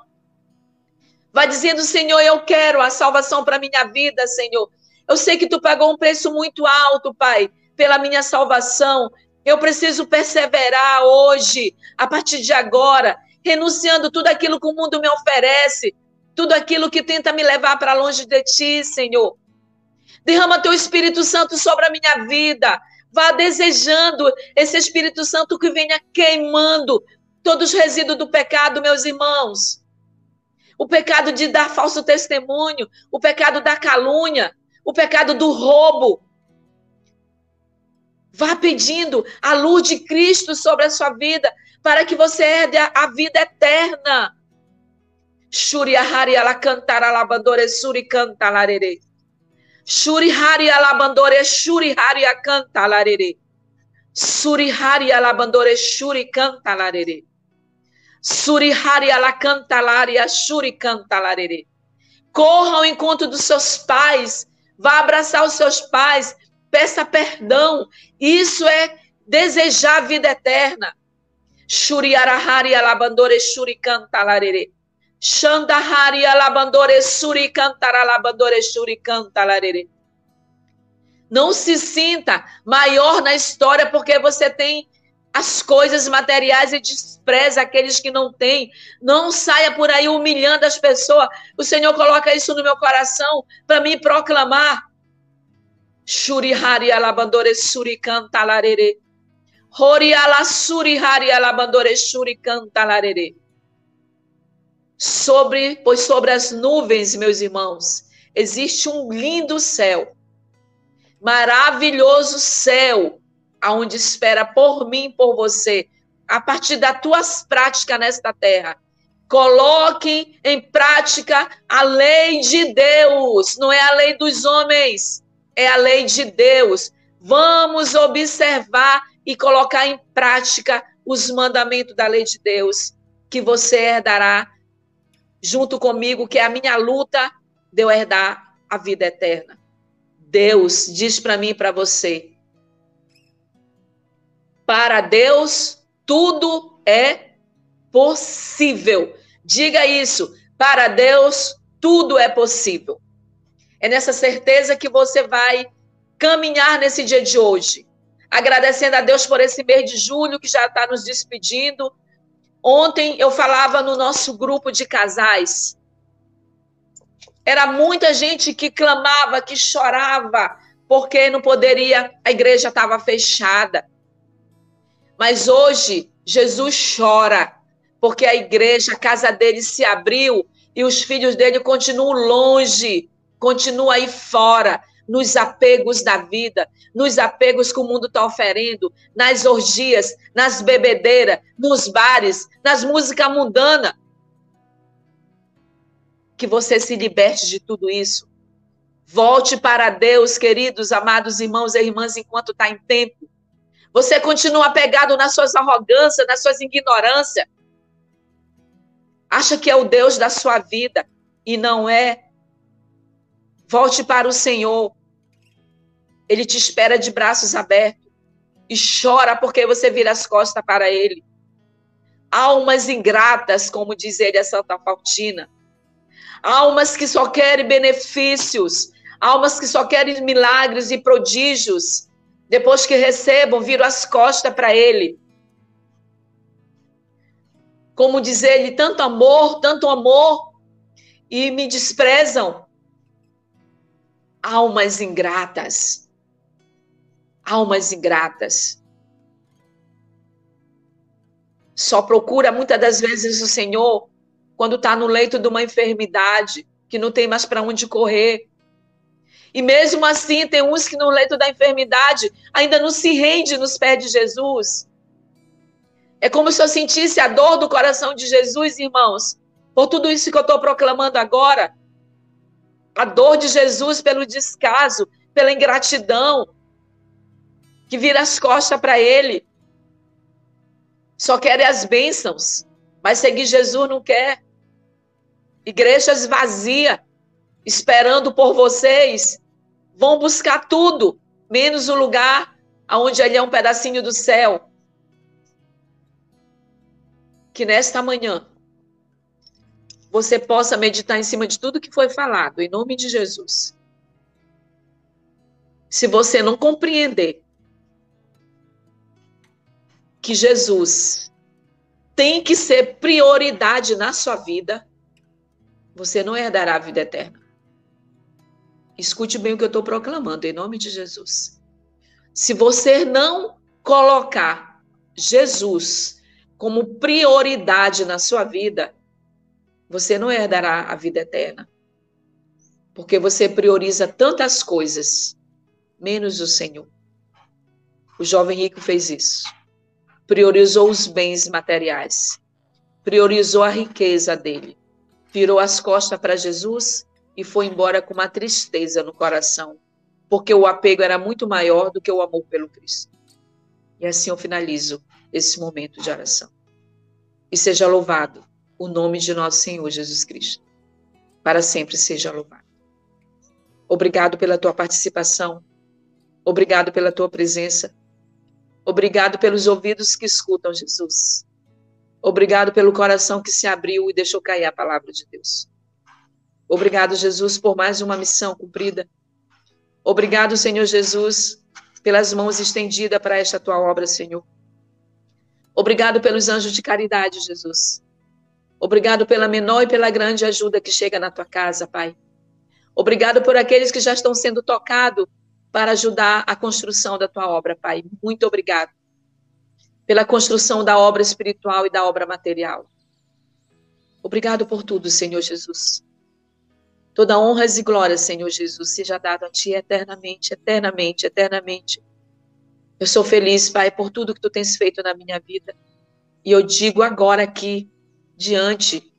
Speaker 1: Vai dizendo, Senhor, eu quero a salvação para a minha vida, Senhor. Eu sei que tu pagou um preço muito alto, Pai, pela minha salvação. Eu preciso perseverar hoje, a partir de agora, renunciando tudo aquilo que o mundo me oferece, tudo aquilo que tenta me levar para longe de ti, Senhor. Derrama teu Espírito Santo sobre a minha vida. Vá desejando esse Espírito Santo que venha queimando todos os resíduos do pecado, meus irmãos. O pecado de dar falso testemunho, o pecado da calúnia, o pecado do roubo. Vá pedindo a luz de Cristo sobre a sua vida, para que você herde a, a vida eterna. Shuri Hari Alacantara Labandore Suri Cantalarere. Shuri Hari Alabandore Shuri Hari Acantalarere. Suri Hari Alabandore Shuri Cantalarere. Suri Hari Alacantalaria Shuri Cantalarere. Corra ao encontro dos seus pais. Vá abraçar os seus pais. Peça perdão. Isso é desejar a vida eterna. Shuri Arahari Alabandore Shuri Cantalarere. Shandahari Alabandore Suri Cantaralabandore Shuri Cantalarere. Não se sinta maior na história porque você tem as coisas materiais e despreza aqueles que não têm. Não saia por aí humilhando as pessoas. O Senhor coloca isso no meu coração para me proclamar. Shuri Hari Alabandore Suri Cantalarere. Hori ala Suri Hari Alabandore Shuri Cantalarere. Sobre, pois sobre as nuvens, meus irmãos, existe um lindo céu, maravilhoso céu, aonde espera por mim, por você, a partir das tuas práticas nesta terra. Coloque em prática a lei de Deus, não é a lei dos homens, é a lei de Deus. Vamos observar e colocar em prática os mandamentos da lei de Deus, que você herdará junto comigo, que é a minha luta de eu herdar a vida eterna. Deus diz para mim e para você: para Deus tudo é possível. Diga isso, para Deus tudo é possível. É nessa certeza que você vai caminhar nesse dia de hoje, agradecendo a Deus por esse mês de julho que já está nos despedindo. Ontem eu falava no nosso grupo de casais. Era muita gente que clamava, que chorava, porque não poderia, a igreja estava fechada. Mas hoje, Jesus chora, porque a igreja, a casa dele se abriu e os filhos dele continuam longe, continuam aí fora, nos apegos da vida, nos apegos que o mundo está oferecendo, nas orgias, nas bebedeiras, nos bares, nas músicas mundanas. Que você se liberte de tudo isso. Volte para Deus, queridos, amados irmãos e irmãs, enquanto está em tempo. Você continua apegado nas suas arrogâncias, nas suas ignorâncias. Acha que é o Deus da sua vida e não é. Volte para o Senhor. Ele te espera de braços abertos e chora porque você vira as costas para ele. Almas ingratas, como diz ele a Santa Faustina. Almas que só querem benefícios, almas que só querem milagres e prodígios. Depois que recebam, viram as costas para ele. Como diz ele, tanto amor, tanto amor, e me desprezam. Almas ingratas. Almas ingratas. Só procura muitas das vezes o Senhor quando está no leito de uma enfermidade, que não tem mais para onde correr. E mesmo assim, tem uns que no leito da enfermidade ainda não se rende nos pés de Jesus. É como se eu sentisse a dor do coração de Jesus, irmãos, por tudo isso que eu estou proclamando agora. A dor de Jesus pelo descaso, pela ingratidão, que vira as costas para ele. Só querem as bênçãos, mas seguir Jesus não quer. Igrejas vazias, esperando por vocês, vão buscar tudo, menos o lugar onde ele é um pedacinho do céu. Que nesta manhã você possa meditar em cima de tudo que foi falado, em nome de Jesus. Se você não compreender que Jesus tem que ser prioridade na sua vida, você não herdará a vida eterna. Escute bem o que eu estou proclamando, em nome de Jesus. Se você não colocar Jesus como prioridade na sua vida, você não herdará a vida eterna. Porque você prioriza tantas coisas, menos o Senhor. O jovem rico fez isso. Priorizou os bens materiais. Priorizou a riqueza dele. Virou as costas para Jesus e foi embora com uma tristeza no coração, porque o apego era muito maior do que o amor pelo Cristo. E assim eu finalizo esse momento de oração. E seja louvado o nome de nosso Senhor Jesus Cristo. Para sempre seja louvado. Obrigado pela tua participação. Obrigado pela tua presença. Obrigado pelos ouvidos que escutam, Jesus. Obrigado pelo coração que se abriu e deixou cair a palavra de Deus. Obrigado, Jesus, por mais uma missão cumprida. Obrigado, Senhor Jesus, pelas mãos estendidas para esta tua obra, Senhor. Obrigado pelos anjos de caridade, Jesus. Obrigado pela menor e pela grande ajuda que chega na tua casa, Pai. Obrigado por aqueles que já estão sendo tocados para ajudar a construção da tua obra, Pai. Muito obrigado pela construção da obra espiritual e da obra material. Obrigado por tudo, Senhor Jesus. Toda honra e glória, Senhor Jesus, seja dado a Ti eternamente, eternamente, eternamente. Eu sou feliz, Pai, por tudo que Tu tens feito na minha vida. E eu digo agora aqui, diante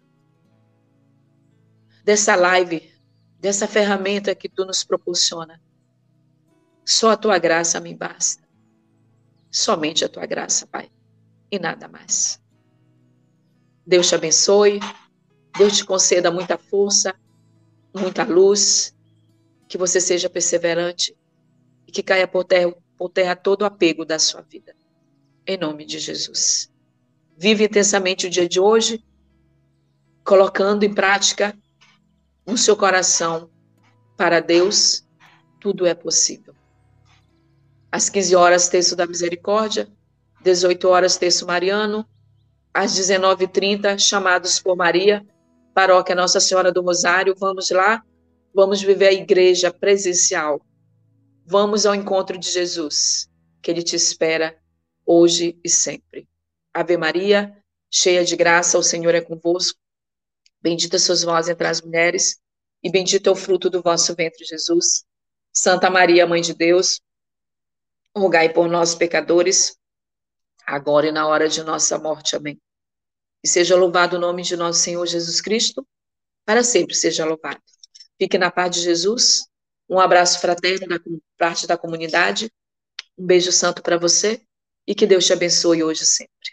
Speaker 1: dessa live, dessa ferramenta que Tu nos proporciona, só a Tua graça me basta. Somente a Tua graça, Pai, e nada mais. Deus te abençoe, Deus te conceda muita força, muita luz, que você seja perseverante e que caia por terra, por terra todo o apego da sua vida. Em nome de Jesus. Vive intensamente o dia de hoje, colocando em prática no seu coração, para Deus, tudo é possível. Às quinze horas, texto da misericórdia, dezoito horas, texto mariano, às dezenove e trinta, chamados por Maria, paróquia Nossa Senhora do Rosário, vamos lá, vamos viver a igreja presencial. Vamos ao encontro de Jesus, que Ele te espera hoje e sempre. Ave Maria, cheia de graça, o Senhor é convosco. Bendita sois vós entre as mulheres, e bendito é o fruto do vosso ventre, Jesus. Santa Maria, Mãe de Deus, rogai por nós, pecadores, agora e na hora de nossa morte. Amém. E seja louvado o nome de nosso Senhor Jesus Cristo, para sempre seja louvado. Fique na paz de Jesus. Um abraço fraterno da parte da comunidade. Um beijo santo para você e que Deus te abençoe hoje e sempre.